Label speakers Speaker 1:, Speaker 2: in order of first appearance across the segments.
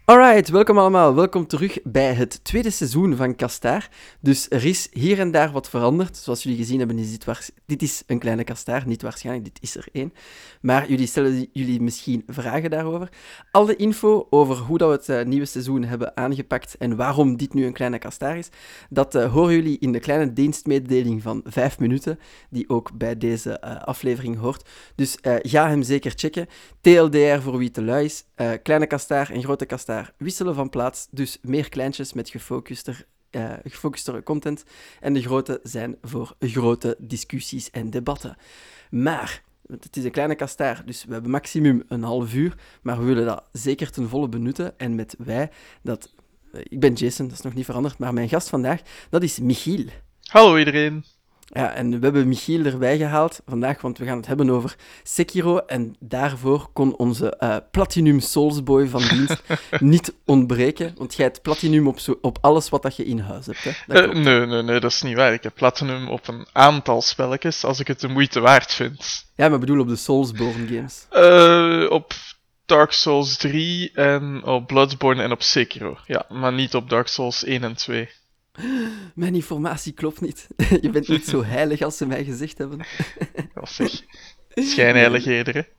Speaker 1: Alright, welkom allemaal. Welkom terug bij het tweede seizoen van Kastaar. Dus er is hier en daar wat veranderd. Zoals jullie gezien hebben, is dit is een kleine Kastaar. Niet waarschijnlijk, dit is er één. Maar jullie stellen jullie misschien vragen daarover. Alle info over hoe dat we het nieuwe seizoen hebben aangepakt en waarom dit nu een kleine Kastaar is, dat horen jullie in de kleine dienstmededeling van 5 minuten, die ook bij deze aflevering hoort. Dus ga hem zeker checken. TLDR voor wie te lui is. Kleine Kastaar en grote Kastaar wisselen van plaats, dus meer kleintjes met gefocustere content. En de grote zijn voor grote discussies en debatten. Maar, het is een kleine Kastaar, dus we hebben maximum een half uur, maar we willen dat zeker ten volle benutten. En met wij, ik ben Jason, dat is nog niet veranderd, maar mijn gast vandaag, dat is Michiel.
Speaker 2: Hallo iedereen.
Speaker 1: Ja, en we hebben Michiel erbij gehaald vandaag, want we gaan het hebben over Sekiro. En daarvoor kon onze Platinum Soulsboy van dienst niet ontbreken. Want jij hebt Platinum op alles wat dat je in huis hebt. Hè?
Speaker 2: Nee, dat is niet waar. Ik heb Platinum op een aantal spelletjes, als ik het de moeite waard vind.
Speaker 1: Ja, maar ik bedoel op de Soulsborne games.
Speaker 2: Op Dark Souls 3 en op Bloodborne en op Sekiro. Ja, maar niet op Dark Souls 1 en 2.
Speaker 1: Mijn informatie klopt niet. Je bent niet zo heilig als ze mij gezegd hebben.
Speaker 2: Wel zeg. Schijnheiligheden, hè.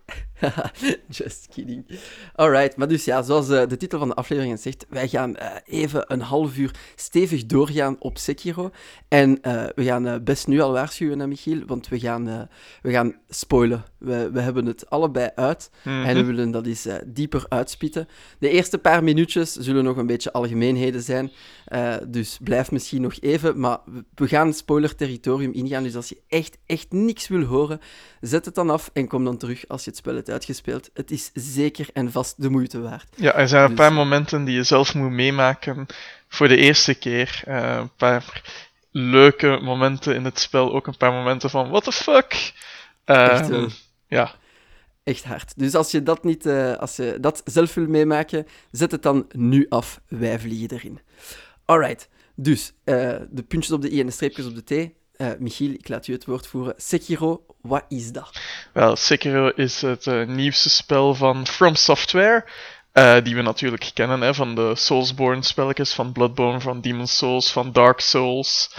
Speaker 1: Just kidding. Alright, maar dus ja, zoals de titel van de aflevering zegt, wij gaan even een half uur stevig doorgaan op Sekiro. En we gaan best nu al waarschuwen naar Michiel, want we gaan spoilen. We hebben het allebei uit en we willen dat eens dieper uitspitten. De eerste paar minuutjes zullen nog een beetje algemeenheden zijn, dus blijf misschien nog even, maar we gaan spoiler-territorium ingaan, dus als je echt niks wil horen, zet het dan af en kom dan terug als je het spel hebt uitgespeeld. Het is zeker en vast de moeite waard.
Speaker 2: Ja, er zijn een paar momenten die je zelf moet meemaken voor de eerste keer. Een paar leuke momenten in het spel, ook een paar momenten van what the fuck.
Speaker 1: Echt wel.
Speaker 2: Ja.
Speaker 1: Echt hard. Dus als je dat zelf wil meemaken, zet het dan nu af. Wij vliegen erin. Alright. Dus, de puntjes op de i en de streepjes op de t. Michiel, ik laat u het woord voeren. Sekiro, wat is dat?
Speaker 2: Wel, Sekiro is het nieuwste spel van From Software. Die we natuurlijk kennen, hè, van de Soulsborne spelletjes, van Bloodborne, van Demon's Souls, van Dark Souls.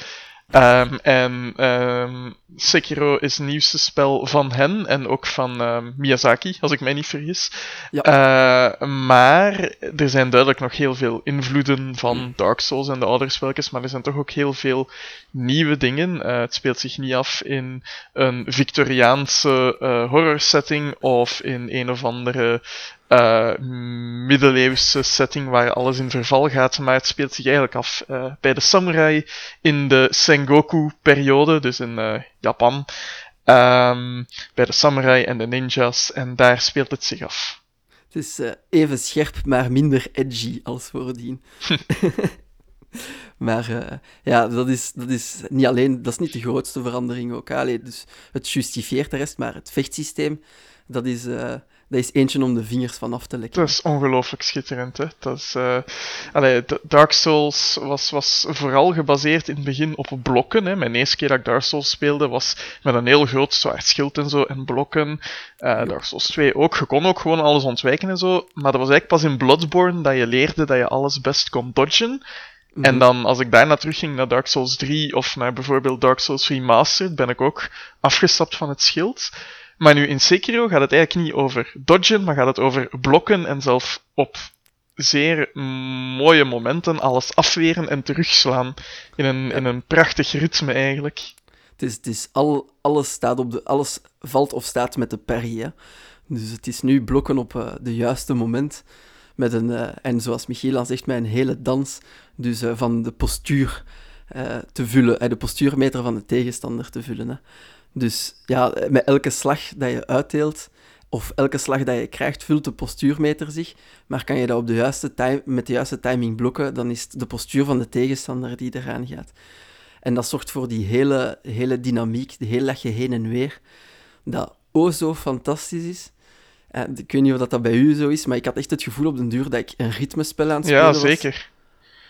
Speaker 2: Sekiro is het nieuwste spel van hen en ook van Miyazaki, als ik mij niet vergis.
Speaker 1: Ja.
Speaker 2: Maar er zijn duidelijk nog heel veel invloeden van Dark Souls en de oudere spelletjes, maar er zijn toch ook heel veel nieuwe dingen. Het speelt zich niet af in een Victoriaanse horror setting of in een of andere middeleeuwse setting waar alles in verval gaat, maar het speelt zich eigenlijk af bij de samurai in de Sengoku-periode, dus in Japan, bij de samurai en de ninjas, en daar speelt het zich af.
Speaker 1: Het is even scherp, maar minder edgy als voordien. Maar ja, dat is niet alleen, dat is niet de grootste verandering ook. Allee, dus het justifieert de rest, maar het vechtsysteem, dat is eentje om de vingers van af te lekken.
Speaker 2: Dat is ongelooflijk schitterend, hè. Dat is, Dark Souls was vooral gebaseerd in het begin op blokken, hè. Mijn eerste keer dat ik Dark Souls speelde was met een heel groot zwaard schild en zo, en blokken. Dark Souls 2 ook. Je kon ook gewoon alles ontwijken en zo, maar dat was eigenlijk pas in Bloodborne dat je leerde dat je alles best kon dodgen. En dan, als ik daarna terugging naar Dark Souls 3 of naar bijvoorbeeld Dark Souls Remastered, ben ik ook afgestapt van het schild. Maar nu in Sekiro gaat het eigenlijk niet over dodgen, maar gaat het over blokken en zelf op zeer mooie momenten alles afweren en terugslaan. In een prachtig ritme eigenlijk.
Speaker 1: Alles valt of staat met de parry, hè. Dus het is nu blokken op de juiste moment. En zoals Michiel al zegt, met een hele dans. Dus van de postuur te vullen, de postuurmeter van de tegenstander te vullen. Hè. Dus ja, met elke slag dat je uitdeelt, of elke slag dat je krijgt, vult de postuurmeter zich. Maar kan je dat met de juiste timing blokken, dan is het de postuur van de tegenstander die eraan gaat. En dat zorgt voor die hele dynamiek, de hele lachje heen en weer, dat zo fantastisch is. Ik weet niet of dat bij u zo is, maar ik had echt het gevoel op den duur dat ik een ritmespel aan het spelen was.
Speaker 2: Ja, zeker.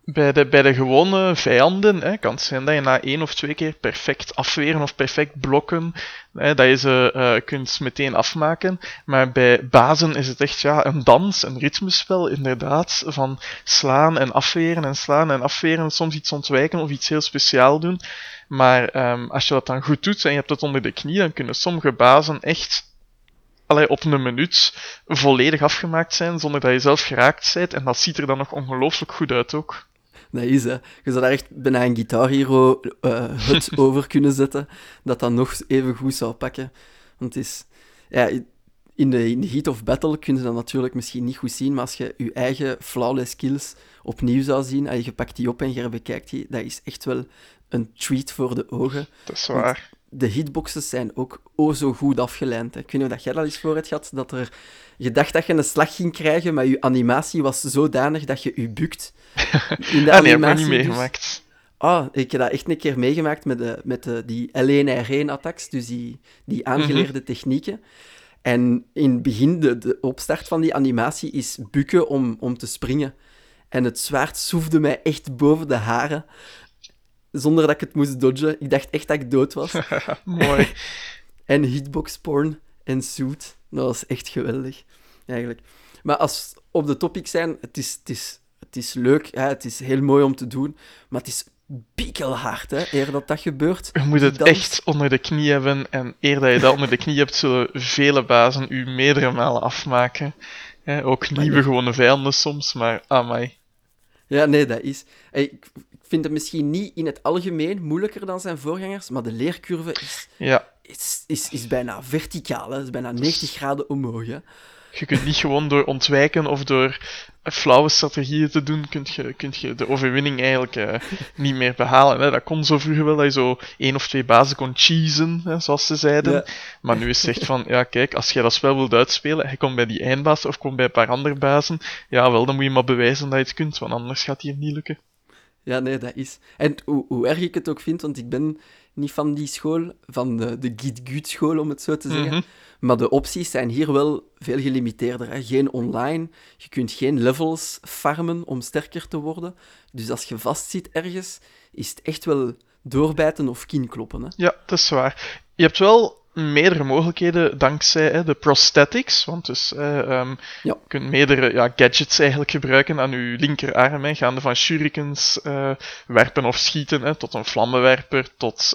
Speaker 2: Bij de gewone vijanden kan het zijn dat je na 1 of 2 keer perfect afweren of perfect blokken, dat je ze kunt meteen afmaken. Maar bij bazen is het echt een dans, een ritmespel, inderdaad, van slaan en afweren, soms iets ontwijken of iets heel speciaal doen. Maar als je dat dan goed doet en je hebt het onder de knie, dan kunnen sommige bazen echt op een minuut volledig afgemaakt zijn, zonder dat je zelf geraakt bent. En dat ziet er dan nog ongelooflijk goed uit ook.
Speaker 1: Dat is, hè. Je zou daar echt bijna een Guitar Hero hut over kunnen zetten, dat nog even goed zou pakken. Want het is... Ja, in de heat of battle kun je dat natuurlijk misschien niet goed zien, maar als je je eigen flawless skills opnieuw zou zien, en je pakt die op en je bekijkt die, dat is echt wel een treat voor de ogen.
Speaker 2: Dat is waar.
Speaker 1: Want de hitboxes zijn ook zo goed afgelijnd. Hè. Ik weet niet of jij dat al eens voor hebt gehad, dat je dacht dat je een slag ging krijgen, maar je animatie was zodanig dat je je bukt. In de
Speaker 2: nee, heb ik
Speaker 1: animatie
Speaker 2: niet meegemaakt.
Speaker 1: Ik heb dat echt een keer meegemaakt met die L1R1-attacks, dus die aangeleerde technieken. En in het begin, de opstart van die animatie is bukken om te springen. En het zwaard soefde mij echt boven de haren, zonder dat ik het moest dodgen. Ik dacht echt dat ik dood was.
Speaker 2: Mooi.
Speaker 1: En hitbox porn en suit. Dat was echt geweldig, eigenlijk. Maar als op de topic zijn, het is leuk, hè, het is heel mooi om te doen, maar het is bikkelhard, hè, eer dat gebeurt.
Speaker 2: Je moet het echt onder de knie hebben, en eer dat je dat onder de knie hebt, zullen vele bazen u meerdere malen afmaken. Ook nieuwe gewone vijanden soms, maar amai.
Speaker 1: Ja, nee, dat is... Ik vind het misschien niet in het algemeen moeilijker dan zijn voorgangers, maar de leercurve is bijna verticaal. Hè. Het is bijna 90 graden omhoog. Hè.
Speaker 2: Je kunt niet gewoon door ontwijken of door flauwe strategieën te doen, kunt je de overwinning eigenlijk niet meer behalen. Hè. Dat kon zo vroeger wel, dat je zo 1 of 2 bazen kon cheesen, hè, zoals ze zeiden. Ja. Maar nu is het echt van, kijk, als jij dat spel wilt uitspelen, je komt bij die eindbaas of komt bij een paar andere bazen, dan moet je maar bewijzen dat je het kunt, want anders gaat het hier niet lukken.
Speaker 1: Ja, nee, dat is... En hoe erg ik het ook vind, want ik ben niet van die school, van de Git-Gut-school, om het zo te zeggen. Mm-hmm. Maar de opties zijn hier wel veel gelimiteerder. Hè. Geen online, je kunt geen levels farmen om sterker te worden. Dus als je vastzit ergens, is het echt wel doorbijten of kinkloppen. Hè.
Speaker 2: Ja, dat is waar. Je hebt wel meerdere mogelijkheden dankzij de prosthetics, want dus je kunt meerdere gadgets eigenlijk gebruiken aan je linkerarm, gaande van shurikens werpen of schieten, tot een vlammenwerper, tot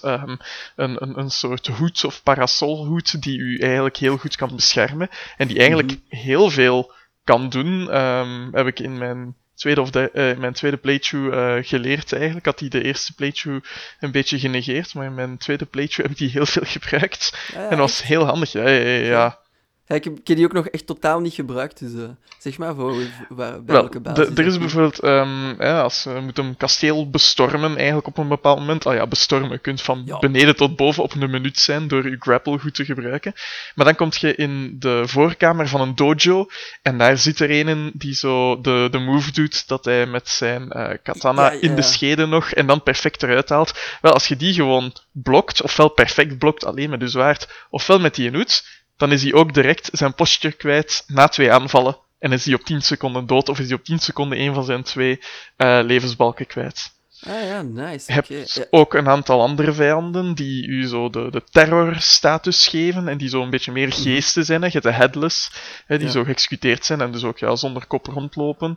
Speaker 2: een soort hoed of parasolhoed die u eigenlijk heel goed kan beschermen en die eigenlijk heel veel kan doen, heb ik in mijn tweede playthrough geleerd eigenlijk. Had hij de eerste playthrough een beetje genegeerd, maar in mijn tweede playthrough heb ik die heel veel gebruikt. En dat was heel handig. Ja.
Speaker 1: Ik heb die ook nog echt totaal niet gebruikt, dus zeg maar bij welke basis.
Speaker 2: Er is bijvoorbeeld, als je moet een kasteel bestormen, eigenlijk op een bepaald moment. Bestormen. Je kunt van beneden tot boven op een minuut zijn door je grapple goed te gebruiken. Maar dan kom je in de voorkamer van een dojo, en daar zit er een die zo de move doet, dat hij met zijn katana in de schede nog, en dan perfect eruit haalt. Wel, als je die gewoon blokt, ofwel perfect blokt alleen met je zwaard, ofwel met die hoed, dan is hij ook direct zijn posture kwijt na 2 aanvallen. En is hij op 10 seconden dood, of is hij op 10 seconden een van zijn 2 levensbalken kwijt.
Speaker 1: Ah ja, nice.
Speaker 2: Je hebt ook een aantal andere vijanden die u zo de terrorstatus geven en die zo een beetje meer geesten zijn. Je hebt de headless, die zo geëxecuteerd zijn en dus ook zonder kop rondlopen.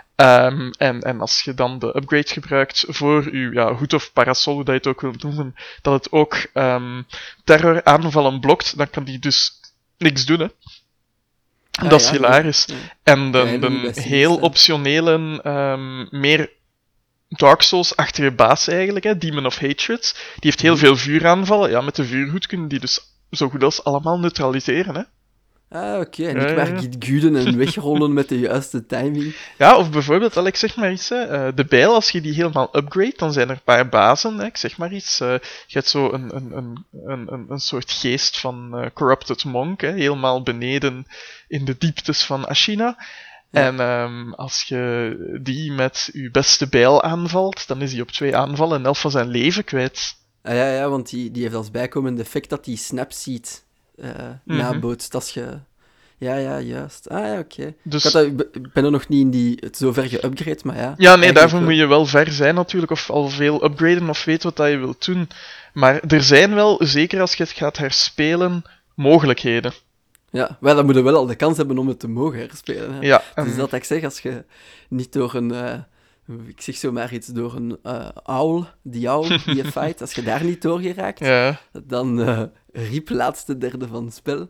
Speaker 2: En als je dan de upgrade gebruikt voor je hoed of parasol, hoe dat je het ook wilt noemen, dat het ook terroraanvallen blokt, dan kan die dus niks doen, hè. Dat is hilarisch. Ja. En de heel optionele, meer Dark Souls-achtige baas eigenlijk, Demon of Hatred, die heeft heel veel vuuraanvallen. Ja, met de vuurhoed kunnen die dus zo goed als allemaal neutraliseren, hè.
Speaker 1: Oké. En niet maar giden en wegrollen met de juiste timing.
Speaker 2: Ja, of bijvoorbeeld, ik zeg maar iets, de bijl, als je die helemaal upgrade, dan zijn er een paar bazen, ik zeg maar iets. Je hebt zo een soort geest van Corrupted Monk, helemaal beneden in de dieptes van Ashina. Ja. En als je die met je beste bijl aanvalt, dan is hij op 2 aanvallen en 11 van zijn leven kwijt.
Speaker 1: Ja, want die heeft als bijkomend effect dat hij snapseed nabootst als je Ja, juist. Ah, ja, oké.
Speaker 2: Dus
Speaker 1: Ik ben er nog niet in het zover geupgrade, maar ja.
Speaker 2: ja, nee,
Speaker 1: eigenlijk
Speaker 2: daarvoor
Speaker 1: wel.
Speaker 2: moet je wel ver zijn natuurlijk, of al veel upgraden of weet wat dat je wilt doen. Maar er zijn wel, zeker als je het gaat herspelen, mogelijkheden.
Speaker 1: Ja, maar dan moet je wel al de kans hebben om het te mogen herspelen. Hè.
Speaker 2: Ja,
Speaker 1: Het is dat ik zeg, als je niet door een... ik zeg zomaar iets, door een owl, die je fight, als je daar niet door geraakt,
Speaker 2: ja.
Speaker 1: dan riep laatste derde van het spel.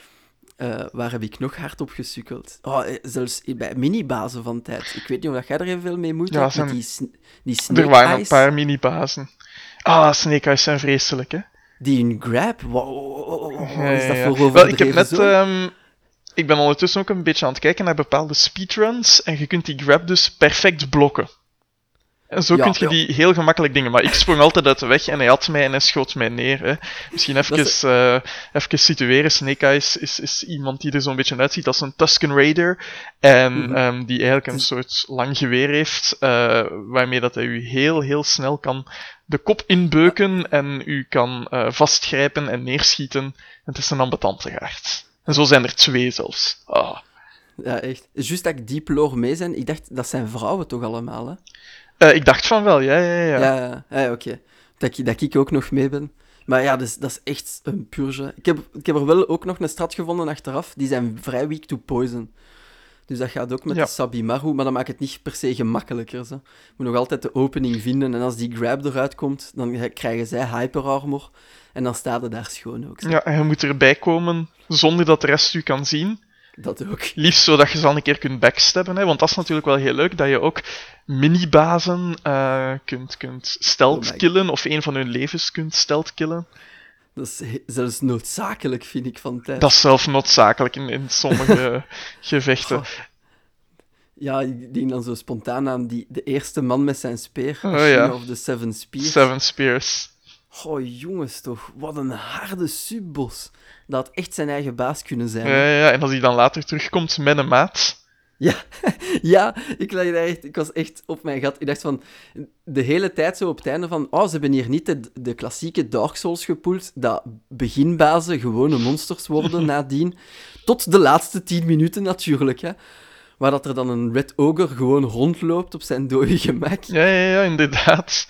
Speaker 1: Waar heb ik nog hard op gesukkeld? Oh, zelfs bij minibazen van tijd. Ik weet niet of jij er evenveel mee moet
Speaker 2: Ja,
Speaker 1: had,
Speaker 2: zijn-
Speaker 1: met die Snake
Speaker 2: Er waren een
Speaker 1: Eyes,
Speaker 2: paar minibazen. Ah, Snake Eyes zijn vreselijk, hè?
Speaker 1: die een grab. Wat is dat
Speaker 2: Ja.
Speaker 1: voor
Speaker 2: Wel,
Speaker 1: overdreven
Speaker 2: ik heb net...
Speaker 1: zo?
Speaker 2: Ik ben ondertussen ook een beetje aan het kijken naar bepaalde speedruns en je kunt die grab dus perfect blokken. En zo
Speaker 1: Ja,
Speaker 2: kun je
Speaker 1: ja.
Speaker 2: die heel gemakkelijk dingen. Maar ik sprong altijd uit de weg en hij had mij en hij schoot mij neer. Hè. Misschien
Speaker 1: Dat is-
Speaker 2: even situeren. Snake Eyes is iemand die er zo'n beetje uitziet als een Tusken Raider. En die eigenlijk een soort lang geweer heeft, waarmee dat hij u heel, heel snel kan de kop inbeuken en u kan vastgrijpen en neerschieten. Het is een ambetante gaard. En zo zijn er 2 zelfs. Ah.
Speaker 1: Ja, echt. Juist dat ik Deep Lore mee zijn, ik dacht, dat zijn vrouwen toch allemaal, hè?
Speaker 2: Ik dacht van wel, ja.
Speaker 1: Ja, oké. Dat ik ook nog mee ben. Maar ja, dat is echt een purge. Ik heb er wel ook nog een strat gevonden achteraf. Die zijn vrij weak to poison. Dus dat gaat ook met
Speaker 2: Ja.
Speaker 1: de Sabimaru, maar dat maakt het niet per se gemakkelijker. Zo. Je moet nog altijd de opening vinden. En als die grab eruit komt, dan krijgen zij hyper armor. En dan staat het daar schoon ook. Zo.
Speaker 2: Ja, en je moet erbij komen zonder dat de rest u kan zien.
Speaker 1: Dat ook.
Speaker 2: Liefst zodat je ze al een keer kunt backstabben, hè, want dat is natuurlijk wel heel leuk, dat je ook minibazen kunt stealth
Speaker 1: Oh my
Speaker 2: killen, of een van hun levens kunt stealth killen.
Speaker 1: Dat is zelfs noodzakelijk, vind ik, van tijd.
Speaker 2: Dat is zelf noodzakelijk in sommige gevechten.
Speaker 1: Goh. Ja, ik denk dan zo spontaan aan de eerste man met zijn speer.
Speaker 2: Oh,
Speaker 1: Ashina
Speaker 2: ja.
Speaker 1: of the Seven Spears.
Speaker 2: Seven Spears.
Speaker 1: Oh, jongens toch. Wat een harde subbos. Dat had echt zijn eigen baas kunnen zijn.
Speaker 2: Ja, en als hij dan later terugkomt met een maat.
Speaker 1: Ja, ja, ik was echt op mijn gat. Ik dacht van, de hele tijd zo op het einde van, oh, ze hebben hier niet de klassieke Dark Souls gepoeld, dat beginbazen gewone monsters worden nadien. Tot de laatste 10 minuten natuurlijk, hè. Waar dat er dan een Red Ogre gewoon rondloopt op zijn dode gemak.
Speaker 2: Ja, inderdaad.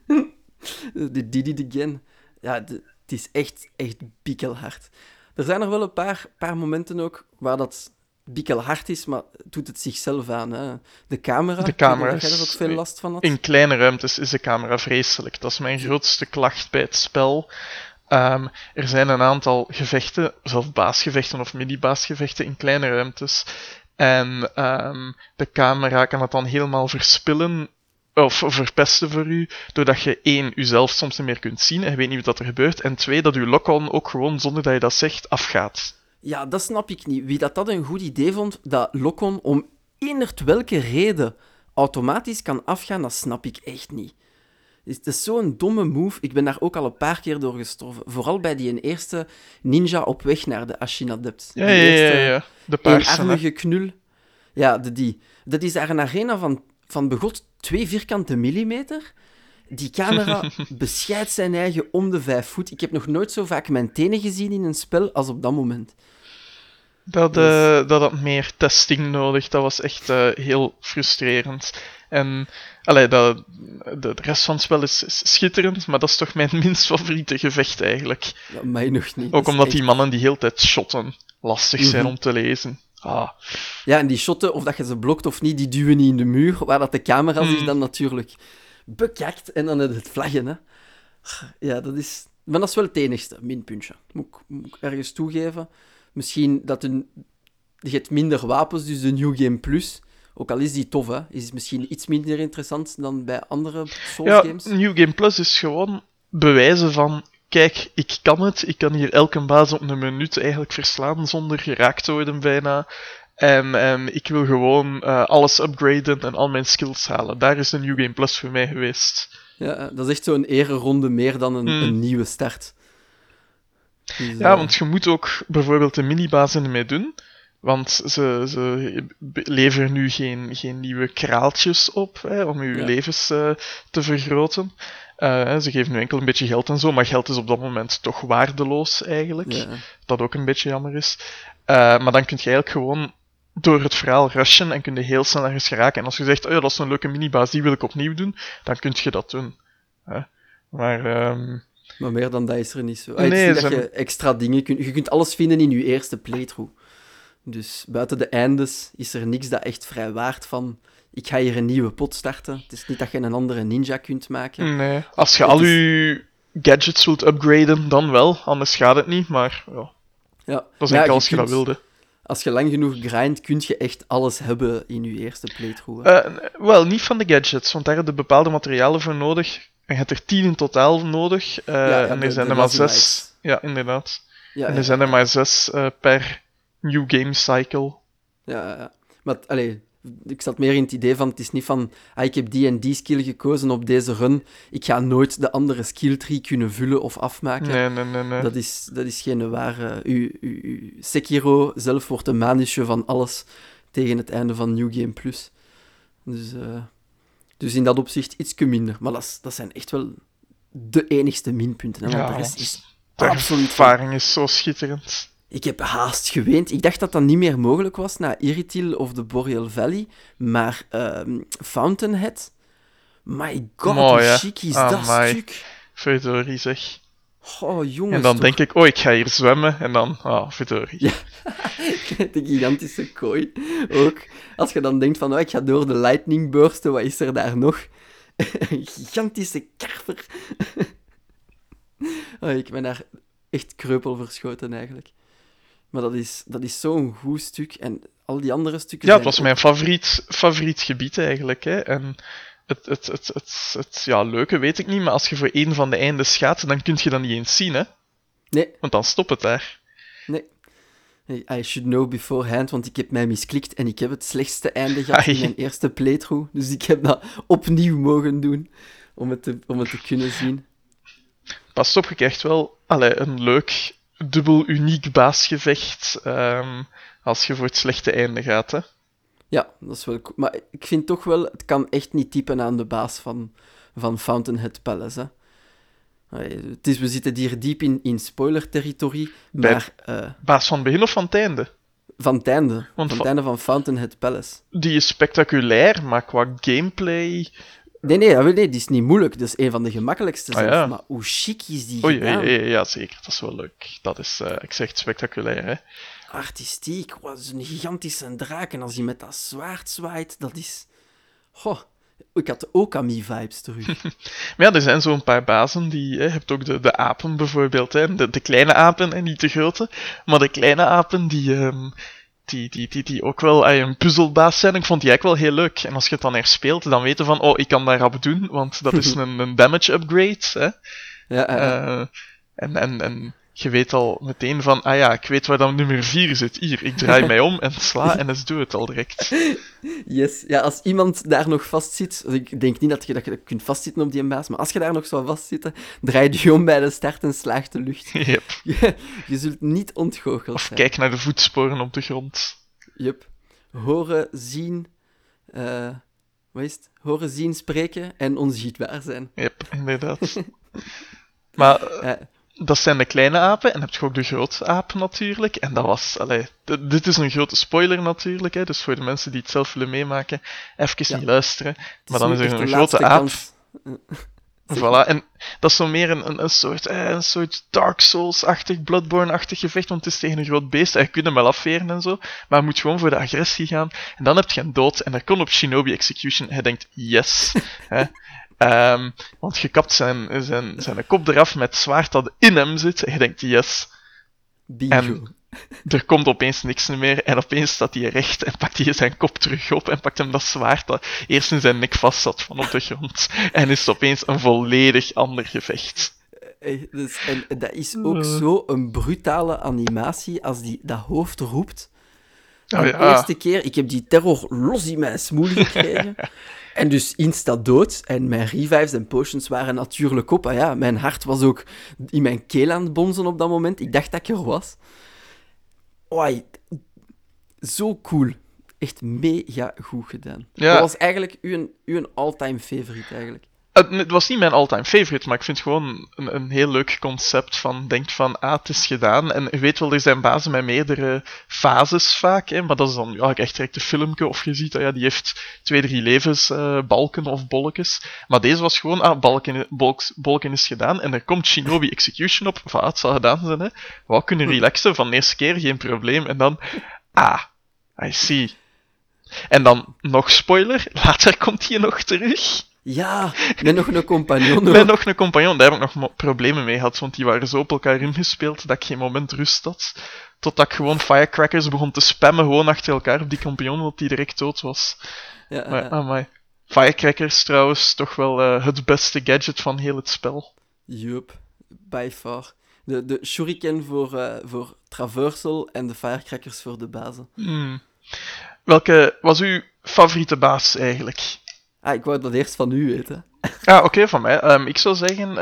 Speaker 1: De did it again. Ja, het is echt bikkelhard. Er zijn er wel een paar momenten ook waar dat bikkelhard is, maar doet het zichzelf aan. Hè. De camera,
Speaker 2: De camera
Speaker 1: ik weet dat jij er ook
Speaker 2: is-
Speaker 1: veel last van had.
Speaker 2: In kleine ruimtes is de camera vreselijk. Dat is mijn grootste klacht bij het spel. Er zijn een aantal gevechten, zelfs baasgevechten of mini-baasgevechten in kleine ruimtes. En de camera kan het dan helemaal verspillen of verpesten voor u, doordat je 1, uzelf soms niet meer kunt zien en je weet niet wat er gebeurt. En 2, dat uw lock-on ook gewoon, zonder dat je dat zegt, afgaat.
Speaker 1: Ja, dat snap ik niet. Wie dat een goed idee vond, dat Lock-on om eenderd welke reden automatisch kan afgaan, dat snap ik echt niet. Het is zo'n domme move. Ik ben daar ook al een paar keer door gestorven. Vooral bij die eerste ninja op weg naar de Ashina-adept.
Speaker 2: Ja,
Speaker 1: Die eerste
Speaker 2: ja. De paarse, hè.
Speaker 1: eenarmige knul. Ja, die. Dat is daar een arena van begot 2 vierkante millimeter. Die camera bescheidt zijn eigen om de 5 voet. Ik heb nog nooit zo vaak mijn tenen gezien in een spel als op dat moment.
Speaker 2: Dat had meer testing nodig. Dat was echt heel frustrerend. En de rest van het spel is schitterend, maar dat is toch mijn minst favoriete gevecht eigenlijk.
Speaker 1: Ja, mij nog niet.
Speaker 2: Ook
Speaker 1: Dat is
Speaker 2: omdat
Speaker 1: echt-
Speaker 2: die mannen die heel tijd shotten lastig zijn
Speaker 1: Mhm.
Speaker 2: om te lezen. Ah.
Speaker 1: Ja, en die shotten, of dat je ze blokt of niet, die duwen niet in de muur, waar dat de camera zich dan natuurlijk bekijkt en dan het vlaggen, hè. Ja, dat is... Maar dat is wel het enigste, minpuntje. Moet ik ergens toegeven. Misschien dat je hebt minder wapens, dus de New Game Plus, ook al is die tof, hè, is misschien iets minder interessant dan bij andere Souls
Speaker 2: Ja,
Speaker 1: games.
Speaker 2: New Game Plus is gewoon bewijzen van... Kijk, ik kan het. Ik kan hier elke baas op een minuut eigenlijk verslaan zonder geraakt te worden bijna. En ik wil gewoon alles upgraden en al mijn skills halen. Daar is de New Game Plus voor mij geweest.
Speaker 1: Ja, dat is echt zo'n ereronde meer dan een nieuwe start. Dus,
Speaker 2: Ja, want je moet ook bijvoorbeeld de minibazen ermee doen. Want ze leveren nu geen nieuwe kraaltjes op, hè, om je
Speaker 1: Ja.
Speaker 2: levens te vergroten. Ze geven nu enkel een beetje geld en zo, maar geld is op dat moment toch waardeloos eigenlijk.
Speaker 1: Ja.
Speaker 2: Dat ook een beetje jammer is. Maar dan kun je eigenlijk gewoon door het verhaal rushen en kun je heel snel ergens geraken. En als je zegt, oh ja, dat is een leuke minibaas, die wil ik opnieuw doen, dan kun je dat doen. Maar
Speaker 1: meer dan dat is er niet zo.
Speaker 2: Nee,
Speaker 1: het is niet dat
Speaker 2: zijn-
Speaker 1: je extra dingen kunt... Je kunt alles vinden in je eerste playthrough. Dus buiten de eindes is er niks dat echt vrijwaart van... Ik ga hier een nieuwe pot starten. Het is niet dat je een andere ninja kunt maken.
Speaker 2: nee, als je
Speaker 1: Het
Speaker 2: al
Speaker 1: is-
Speaker 2: je gadgets wilt upgraden, dan wel. Anders gaat het niet, maar ja,
Speaker 1: Ja.
Speaker 2: dat is
Speaker 1: Ja,
Speaker 2: enkel als je dat
Speaker 1: kunt-
Speaker 2: wilde.
Speaker 1: Als je lang genoeg grindt, kun je echt alles hebben in je eerste playthrough. Hè.
Speaker 2: Wel, niet van de gadgets, want daar heb je bepaalde materialen voor nodig. En je hebt er 10 in totaal nodig. En er zijn er maar 6.
Speaker 1: Lazulites.
Speaker 2: Ja, inderdaad.
Speaker 1: Ja,
Speaker 2: En
Speaker 1: ja,
Speaker 2: er zijn er maar 6 per new game cycle.
Speaker 1: ja. Maar ik zat meer in het idee van, het is niet van, ik heb die en die skill gekozen op deze run, ik ga nooit de andere skill tree kunnen vullen of afmaken.
Speaker 2: Nee.
Speaker 1: Dat is geen ware... Uw Sekiro zelf wordt een manusje van alles tegen het einde van New Game Plus. Dus in dat opzicht ietsje minder. Maar dat zijn echt wel de enigste minpunten. Hè, want de rest is
Speaker 2: de
Speaker 1: absoluut...
Speaker 2: ervaring is zo schitterend.
Speaker 1: Ik heb haast geweend. Ik dacht dat dat niet meer mogelijk was na Irithil of de Boreal Valley. Maar Fountainhead... My god,
Speaker 2: Mooi,
Speaker 1: hoe
Speaker 2: hè?
Speaker 1: chic is
Speaker 2: Amai.
Speaker 1: dat stuk.
Speaker 2: Verdorie zeg.
Speaker 1: Oh, jongens.
Speaker 2: En dan
Speaker 1: toch.
Speaker 2: denk ik, oh, ik ga hier zwemmen. En dan, verdorie.
Speaker 1: Ja. De gigantische kooi ook. Als je dan denkt van, ik ga door de lightning bursten, wat is er daar nog? Een gigantische karper. Ik ben daar echt kreupel verschoten eigenlijk. Maar dat is zo'n goed stuk. En al die andere stukken
Speaker 2: Ja, het
Speaker 1: zijn
Speaker 2: was
Speaker 1: ook-
Speaker 2: mijn favoriet gebied eigenlijk. Hè. En het leuke weet ik niet, maar als je voor één van de eindes gaat, dan kun je dat niet eens zien, hè.
Speaker 1: Nee,
Speaker 2: Want dan stopt het daar.
Speaker 1: nee. I should know beforehand, want ik heb mij misklikt en ik heb het slechtste einde gehad in
Speaker 2: Ai.
Speaker 1: mijn eerste playthrough. Dus ik heb dat opnieuw mogen doen om het te kunnen zien.
Speaker 2: Pas op, je krijgt wel een leuk, dubbel uniek baasgevecht als je voor het slechte einde gaat, hè.
Speaker 1: Ja, dat is wel cool. Maar ik vind toch wel, het kan echt niet typen aan de baas van Fountainhead Palace. Hè. We zitten hier diep in spoiler-territorie, maar
Speaker 2: Baas van het begin of van het einde?
Speaker 1: van het einde.
Speaker 2: Want
Speaker 1: Van het einde van Fountainhead Palace.
Speaker 2: Die is spectaculair, maar qua gameplay...
Speaker 1: Nee, die is niet moeilijk. Dat is een van de gemakkelijkste zelfs.
Speaker 2: ja.
Speaker 1: Maar hoe chic is die
Speaker 2: Oh
Speaker 1: gedaan?
Speaker 2: ja, zeker. Dat is wel leuk. Dat is, ik zeg het, spectaculair, hè.
Speaker 1: Artistiek, zo'n gigantische draak. En als hij met dat zwaard zwaait, dat is... Goh, ik had Okami-vibes terug.
Speaker 2: Maar ja, er zijn zo'n paar bazen die... je hebt ook de apen bijvoorbeeld, hè. De kleine apen en niet de grote. Maar de kleine apen die ook wel een puzzelbaas zijn. Ik vond die eigenlijk wel heel leuk. En als je het dan herspeelt, dan weten van... Oh, ik kan dat rap doen, want dat is een damage upgrade, hè.
Speaker 1: Ja,
Speaker 2: En je weet al meteen van, ik weet waar dan nummer 4 zit. Hier, ik draai mij om en sla en dus doe het al direct.
Speaker 1: yes. Ja, als iemand daar nog vastzit... Ik denk niet dat je kunt vastzitten op die baas, maar als je daar nog zou vastzitten, draai je om bij de start en slaagt de lucht.
Speaker 2: Yep.
Speaker 1: Je zult niet ontgoocheld
Speaker 2: Of
Speaker 1: zijn.
Speaker 2: kijk naar de voetsporen op de grond.
Speaker 1: Yep. Horen, zien... wat is het? Horen, zien, spreken en onzichtbaar zijn.
Speaker 2: Yep, inderdaad. Maar
Speaker 1: Eh,
Speaker 2: dat zijn de kleine apen, en heb je ook de grote aap natuurlijk. En dat was, dit is een grote spoiler natuurlijk, hè, dus voor de mensen die het zelf willen meemaken, even niet luisteren. Maar dan is
Speaker 1: nu
Speaker 2: er
Speaker 1: echt
Speaker 2: een
Speaker 1: de
Speaker 2: grote
Speaker 1: laatste
Speaker 2: aap.
Speaker 1: kans.
Speaker 2: Voilà, en dat is zo meer een soort Dark Souls-achtig, Bloodborne-achtig gevecht, want het is tegen een groot beest, en je kunt hem wel afveren en zo, maar je moet gewoon voor de agressie gaan, en dan heb je een dood, en dat komt op Shinobi Execution, en je denkt, yes, hè. Want je kapt zijn kop eraf met zwaard dat in hem zit, en je denkt, yes.
Speaker 1: Bingo.
Speaker 2: En er komt opeens niks meer en opeens staat hij recht en pakt hij zijn kop terug op en pakt hem dat zwaard dat eerst in zijn nek vast zat van op de grond. En is het opeens een volledig ander gevecht.
Speaker 1: En dat is ook zo een brutale animatie als die dat hoofd roept.
Speaker 2: Oh,
Speaker 1: De
Speaker 2: ja.
Speaker 1: eerste keer, ik heb die terror los in mijn smoel gekregen. En dus insta dood. En mijn revives en potions waren natuurlijk op. Mijn hart was ook in mijn keel aan het bonzen op dat moment. Ik dacht dat ik er was. Oei, zo cool. Echt mega goed gedaan.
Speaker 2: Ja.
Speaker 1: Dat was eigenlijk uw all-time favorite, eigenlijk.
Speaker 2: Het was niet mijn all-time favorite, maar ik vind het gewoon een heel leuk concept van, denk van, het is gedaan. En je weet wel, er zijn bazen met meerdere fases vaak, hè, maar dat is dan ja, echt direct een filmpje, of je ziet dat ja, die heeft 2, 3 levensbalken of bolletjes. Maar deze was gewoon, bolken is gedaan, en er komt Shinobi Execution op, of het zal gedaan zijn, hè. We kunnen relaxen, van de eerste keer, geen probleem. En dan, I see. En dan, nog spoiler, later komt hij nog terug.
Speaker 1: Ja, met nog een compagnon.
Speaker 2: Met nog een compagnon, daar heb ik nog problemen mee gehad, want die waren zo op elkaar ingespeeld dat ik geen moment rust had. Totdat ik gewoon firecrackers begon te spammen, gewoon achter elkaar op die compagnon, omdat die direct dood was.
Speaker 1: Ja,
Speaker 2: Maar, amai. Firecrackers trouwens, toch wel het beste gadget van heel het spel.
Speaker 1: Yup, by far. De shuriken voor traversal en de firecrackers voor de bazen.
Speaker 2: Welke was uw favoriete baas eigenlijk?
Speaker 1: Ik wou dat eerst van u weten.
Speaker 2: Oké, van mij. Ik zou zeggen...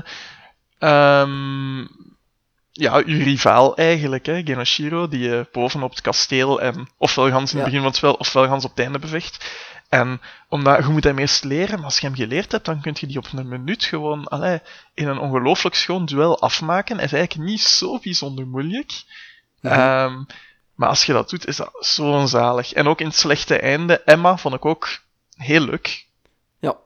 Speaker 2: ja, uw rivaal eigenlijk, hè, Genoshiro, die bovenop het kasteel en ofwel gans in het begin van het spel, ofwel gans op het einde bevecht. En omdat je moet hem eerst leren, maar als je hem geleerd hebt, dan kun je die op een minuut gewoon in een ongelooflijk schoon duel afmaken. Het is eigenlijk niet zo bijzonder moeilijk. Maar als je dat doet, is dat zo zalig. En ook in het slechte einde, Emma, vond ik ook heel leuk.
Speaker 1: Ja.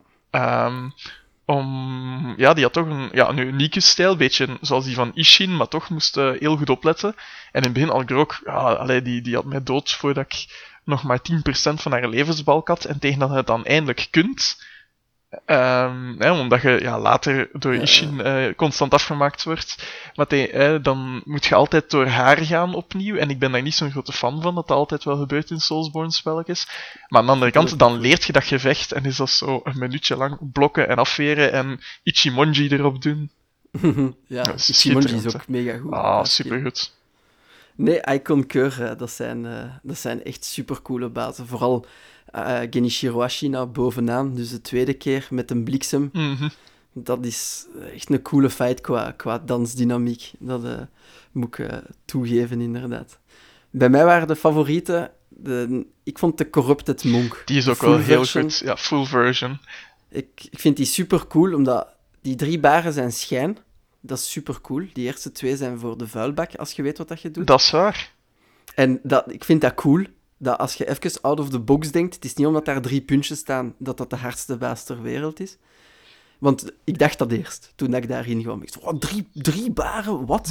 Speaker 2: Die had toch een unieke stijl, een beetje zoals die van Ishin, maar toch moest heel goed opletten. En in het begin had ik er ook, die had mij dood voordat ik nog maar 10% van haar levensbalk had. En tegen dat je het dan eindelijk kunt, omdat je later door Ishin constant afgemaakt wordt, maar dan moet je altijd door haar gaan opnieuw. En ik ben daar niet zo'n grote fan van, dat altijd wel gebeurt in Soulsborne-spelletjes. Maar aan de andere kant, dan leert je dat gevecht en is dat zo een minuutje lang blokken en afweren en Ichimonji erop doen.
Speaker 1: Ja, Ichimonji is ook mega goed.
Speaker 2: Supergoed.
Speaker 1: Nee, I concur. Dat zijn echt supercoole bazen. Vooral Genichiro Ashina bovenaan, dus de tweede keer met een bliksem. Dat is echt een coole fight qua dansdynamiek. Dat moet ik toegeven, inderdaad. Bij mij waren de favorieten... ik vond de Corrupted Monk.
Speaker 2: Die is ook wel heel goed. Ja, full version.
Speaker 1: Ik vind die super cool, omdat die 3 baren zijn schijn. Dat is super cool. Die eerste 2 zijn voor de vuilbak, als je weet wat dat je doet.
Speaker 2: Dat is waar.
Speaker 1: En ik vind dat cool, dat als je even out of the box denkt, het is niet omdat daar 3 puntjes staan, dat de hardste baas ter wereld is. Want ik dacht dat eerst, toen ik daarin kwam. Ik zo, 3 baren, wat?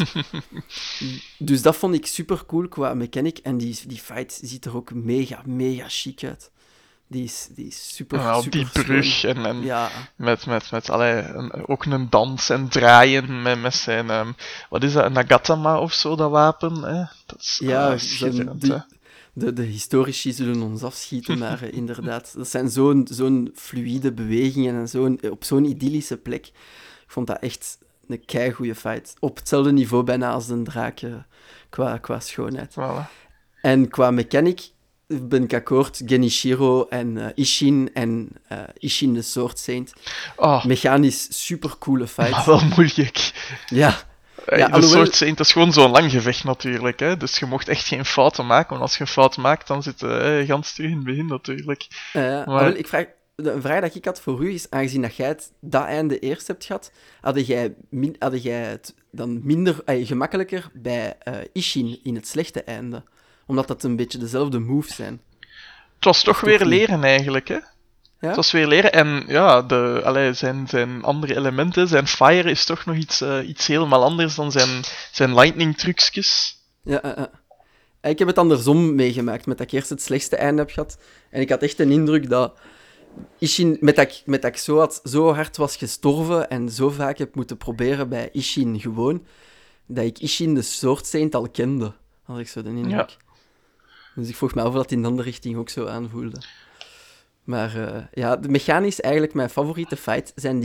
Speaker 1: Dus dat vond ik super cool qua mechanic. En die fight ziet er ook mega, mega chic uit. Die is super, super
Speaker 2: die brug
Speaker 1: schoon.
Speaker 2: en
Speaker 1: ja.
Speaker 2: met ook een dans en draaien met zijn... wat is dat? Een Nagatama of zo, dat wapen? Hè? Dat is schitterend,
Speaker 1: de historici zullen ons afschieten, maar inderdaad, dat zijn zo'n fluïde bewegingen en op zo'n idyllische plek. Ik vond dat echt een keigoeie fight. Op hetzelfde niveau bijna als de draak qua schoonheid.
Speaker 2: Voilà.
Speaker 1: En qua mechanic ben ik akkoord, Genichiro en Ishin en Ishin de Sword Saint. Mechanisch supercoole fight.
Speaker 2: Maar wel moeilijk.
Speaker 1: Ja.
Speaker 2: De Sword Saint is gewoon zo'n lang gevecht natuurlijk, hè? Dus je mocht echt geen fouten maken, want als je een fout maakt, dan zit je gans terug in het begin natuurlijk.
Speaker 1: Een vraag dat ik had voor u is, aangezien dat jij dat einde eerst hebt gehad, had jij het dan minder gemakkelijker bij Ishin in het slechte einde? Omdat dat een beetje dezelfde moves zijn.
Speaker 2: Het was toch weer leren eigenlijk, hè? Ja? Het was weer leren en ja, zijn andere elementen, zijn fire is toch nog iets helemaal anders dan zijn lightning trucjes.
Speaker 1: Ja. Ik heb het andersom meegemaakt, met dat ik eerst het slechtste einde heb gehad. En ik had echt een indruk dat Ishin, met dat ik zo hard was gestorven en zo vaak heb moeten proberen bij Ishin gewoon, dat ik Ishin de Sword Saint al kende. Had ik zo de indruk. Ja. Dus ik vroeg me af of dat in de andere richting ook zo aanvoelde. Maar de mechanisch eigenlijk mijn favoriete fight zijn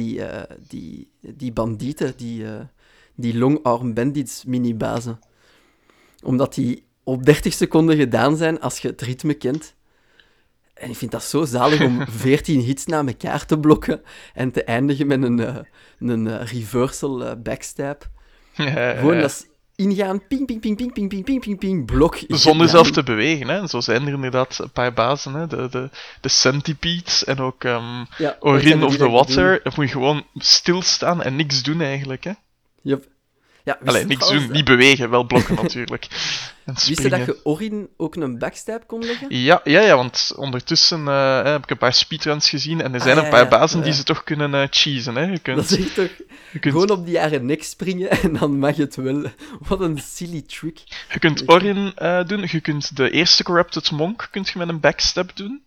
Speaker 1: die bandieten, die long-arm bandits mini-bazen. Omdat die op 30 seconden gedaan zijn als je het ritme kent. En ik vind dat zo zalig om 14 hits na elkaar te blokken en te eindigen met een reversal backstab. Gewoon, dat is ingaan, ping, ping, ping, ping, ping, ping, ping, ping, ping, blok.
Speaker 2: Zonder
Speaker 1: Ja,
Speaker 2: zelf te bewegen, hè. Zo zijn er inderdaad een paar bazen, hè. De centipedes en ook
Speaker 1: ja, dat zijn
Speaker 2: Orin
Speaker 1: er
Speaker 2: of
Speaker 1: die
Speaker 2: the
Speaker 1: dat
Speaker 2: Water. Dan moet je gewoon stilstaan en niks doen eigenlijk, hè.
Speaker 1: Yep. Ja, wist
Speaker 2: Allee,
Speaker 1: je
Speaker 2: niks
Speaker 1: trouwens
Speaker 2: doen, niet bewegen, wel blokken natuurlijk. En
Speaker 1: Wist je
Speaker 2: springen.
Speaker 1: dat je Orin ook een backstab kon leggen?
Speaker 2: Ja, want ondertussen heb ik een paar speedruns gezien en er zijn
Speaker 1: ja,
Speaker 2: een paar
Speaker 1: ja,
Speaker 2: bazen
Speaker 1: ja.
Speaker 2: die ze toch kunnen cheesen. Hè. Je
Speaker 1: Dat
Speaker 2: kunt,
Speaker 1: is echt toch
Speaker 2: je kunt,
Speaker 1: gewoon op die jaren nek springen en dan mag het wel. Wat een silly trick.
Speaker 2: je kunt Orin doen, je kunt de eerste Corrupted Monk kunt je met een backstab doen.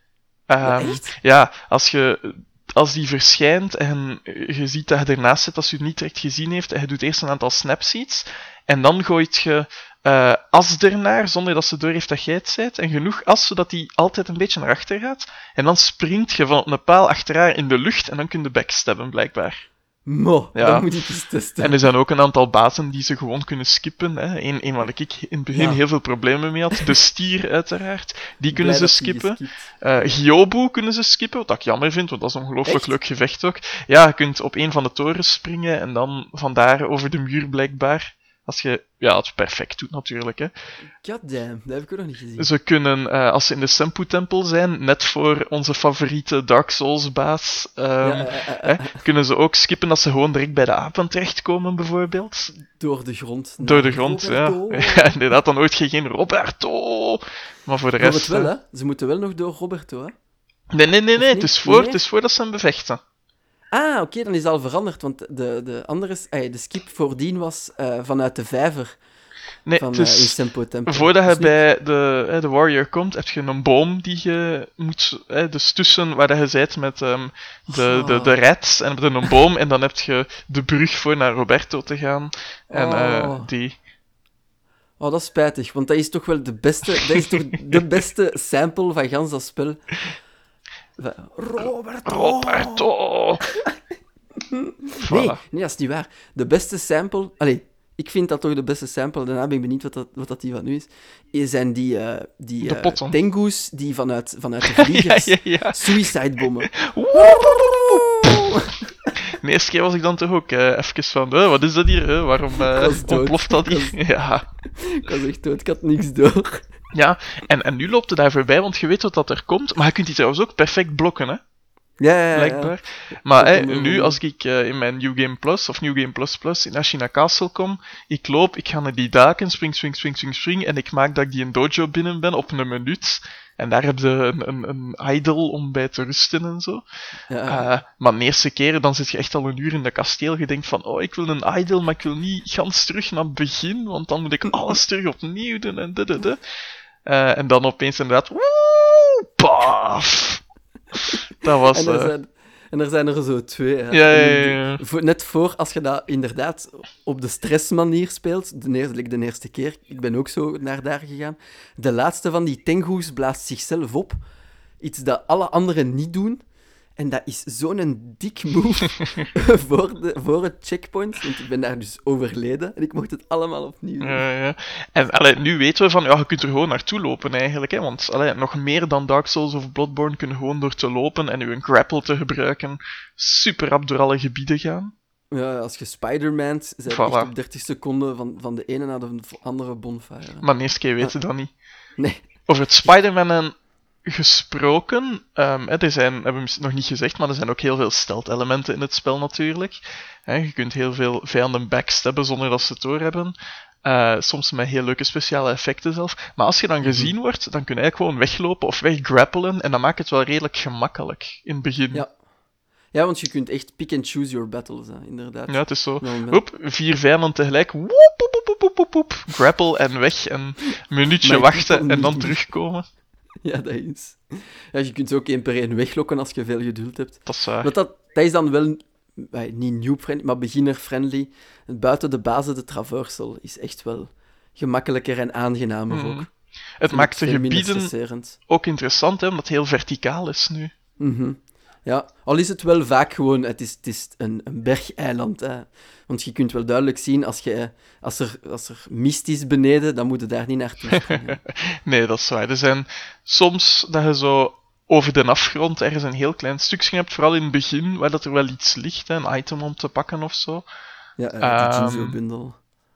Speaker 1: Echt?
Speaker 2: Ja, als die verschijnt en je ziet dat je ernaast zit als je het niet direct gezien heeft, en je doet eerst een aantal snapseeds, en dan gooit je as ernaar, zonder dat ze door heeft dat jij het zijt, en genoeg as, zodat die altijd een beetje naar achter gaat, en dan springt je van op een paal achter haar in de lucht, en dan kun je backstabben, blijkbaar.
Speaker 1: Mo,
Speaker 2: Ja.
Speaker 1: dat moet ik eens testen.
Speaker 2: En er zijn ook een aantal bazen die ze gewoon kunnen skippen. Hè. Eén waar ik in het begin heel veel problemen mee had. De stier, uiteraard. Die kunnen
Speaker 1: Blij
Speaker 2: ze
Speaker 1: dat die
Speaker 2: skippen.
Speaker 1: geskipt.
Speaker 2: Gyobu kunnen ze skippen, wat ik jammer vind, want dat is een ongelooflijk
Speaker 1: Echt?
Speaker 2: leuk gevecht ook. Ja, je kunt op een van de torens springen en dan vandaar over de muur, blijkbaar. Als je het perfect doet, natuurlijk. Hè.
Speaker 1: Goddamn, dat heb ik ook nog niet gezien.
Speaker 2: Ze kunnen, als ze in de Senpu-tempel zijn, net voor onze favoriete Dark Souls-baas, kunnen ze ook skippen als ze gewoon direct bij de apen terechtkomen, bijvoorbeeld.
Speaker 1: Door de grond.
Speaker 2: Door de grond,
Speaker 1: Roberto.
Speaker 2: ja. Inderdaad, dan hoort je geen Roberto. Maar voor de
Speaker 1: Door
Speaker 2: rest...
Speaker 1: het wel, hè? Ze moeten wel nog door Roberto, hè?
Speaker 2: Nee.
Speaker 1: niet?
Speaker 2: Het is
Speaker 1: Nee?
Speaker 2: het is voordat ze hem bevechten.
Speaker 1: Ah, oké, dan is het al veranderd, want de andere... de skip voordien was vanuit de vijver
Speaker 2: Nee,
Speaker 1: van
Speaker 2: het
Speaker 1: in
Speaker 2: is...
Speaker 1: Senpo Temple.
Speaker 2: Voordat je
Speaker 1: Dus nu-
Speaker 2: bij de Warrior komt, heb je een boom die je moet... dus tussen waar je bent met de rats en met een boom, en dan heb je de brug voor naar Roberto te gaan. En die...
Speaker 1: Oh, dat is spijtig, want dat is toch wel de beste... Dat is toch de beste sample van gans dat spel.
Speaker 2: Roberto!
Speaker 1: Nee,
Speaker 2: Voilà.
Speaker 1: dat is niet waar. De beste sample... Allee, ik vind dat toch de beste sample. Daarna ben ik benieuwd wat dat van nu is. Zijn die
Speaker 2: De potten.
Speaker 1: tengoes die vanuit de vliegers
Speaker 2: Ja.
Speaker 1: suicide-bommen.
Speaker 2: De eerste keer was ik dan toch ook even van, wat is dat hier? Waarom
Speaker 1: was dood.
Speaker 2: ontploft dat hier? Ja.
Speaker 1: Ik was echt dood, ik had niks door.
Speaker 2: Ja, en nu loopt het daar voorbij, want je weet wat dat er komt. Maar je kunt die trouwens ook perfect blokken, hè?
Speaker 1: Ja.
Speaker 2: Blijkbaar. Maar
Speaker 1: Dat kan
Speaker 2: nu,
Speaker 1: wel.
Speaker 2: als ik in mijn New Game Plus, of New Game Plus Plus, in Ashina Castle kom, ik loop, ik ga naar die daken, spring, en ik maak dat ik die een dojo binnen ben op een minuut. En daar heb je een idol om bij te rusten en zo.
Speaker 1: Ja.
Speaker 2: Maar de eerste keer, dan zit je echt al een uur in dat kasteel. Je denkt van, oh, ik wil een idol, maar ik wil niet gans terug naar het begin, want dan moet ik alles terug opnieuw doen en dit. En dan opeens inderdaad, woe, paf. Dat was...
Speaker 1: En er zijn er zo twee. Hè.
Speaker 2: Ja.
Speaker 1: Net voor, als je dat inderdaad op de stressmanier speelt, de eerste keer, ik ben ook zo naar daar gegaan, de laatste van die tengoes blaast zichzelf op. Iets dat alle anderen niet doen. En dat is zo'n dik move voor het checkpoint. Want ik ben daar dus overleden en ik mocht het allemaal opnieuw doen.
Speaker 2: Ja. En nu weten we van, je kunt er gewoon naartoe lopen eigenlijk. Hè, want nog meer dan Dark Souls of Bloodborne kun je gewoon door te lopen en je grapple te gebruiken super rap door alle gebieden gaan.
Speaker 1: Ja, als je Spider-Man bent,
Speaker 2: Voilà.
Speaker 1: echt op 30 seconden van de ene naar de andere bonfire.
Speaker 2: Maar de eerste keer weten ze dat niet.
Speaker 1: Nee.
Speaker 2: Over het Spider-Man gesproken, hebben we nog niet gezegd, maar er zijn ook heel veel stealth-elementen in het spel natuurlijk. Je kunt heel veel vijanden backstabben zonder dat ze het doorhebben. Soms met heel leuke speciale effecten zelf. Maar als je dan gezien wordt, dan kun je eigenlijk gewoon weglopen of weggrappelen en dan maakt het wel redelijk gemakkelijk in het begin.
Speaker 1: Ja, want je kunt echt pick and choose your battles, hè, inderdaad.
Speaker 2: Ja, het is zo.
Speaker 1: Nou,
Speaker 2: Oep, 4 vijanden tegelijk. Woep. Grapple en weg. En een minuutje
Speaker 1: Maar ik
Speaker 2: wachten
Speaker 1: kan
Speaker 2: en dan
Speaker 1: niet.
Speaker 2: terugkomen.
Speaker 1: Ja, dat is. Ja, je kunt ze ook één per één weglokken als je veel geduld hebt.
Speaker 2: Dat is waar.
Speaker 1: Want dat is dan wel niet noob-friendly, maar beginner-friendly. Buiten de basis, de traversal is echt wel gemakkelijker en aangenamer ook.
Speaker 2: Het maakt de
Speaker 1: veel minder
Speaker 2: gebieden
Speaker 1: stresserend.
Speaker 2: ook interessant, hè, omdat het heel verticaal is nu.
Speaker 1: Mhm. Ja, al is het wel vaak gewoon, het is een bergeiland. Hè. Want je kunt wel duidelijk zien, als er mist is beneden, dan moet je daar niet naartoe springen.
Speaker 2: Nee, dat is waar. Er zijn soms dat je zo over de afgrond ergens een heel klein stukje hebt, vooral in het begin, waar dat er wel iets ligt, hè, een item om te pakken of zo.
Speaker 1: Ja, die Jinzo-bundel.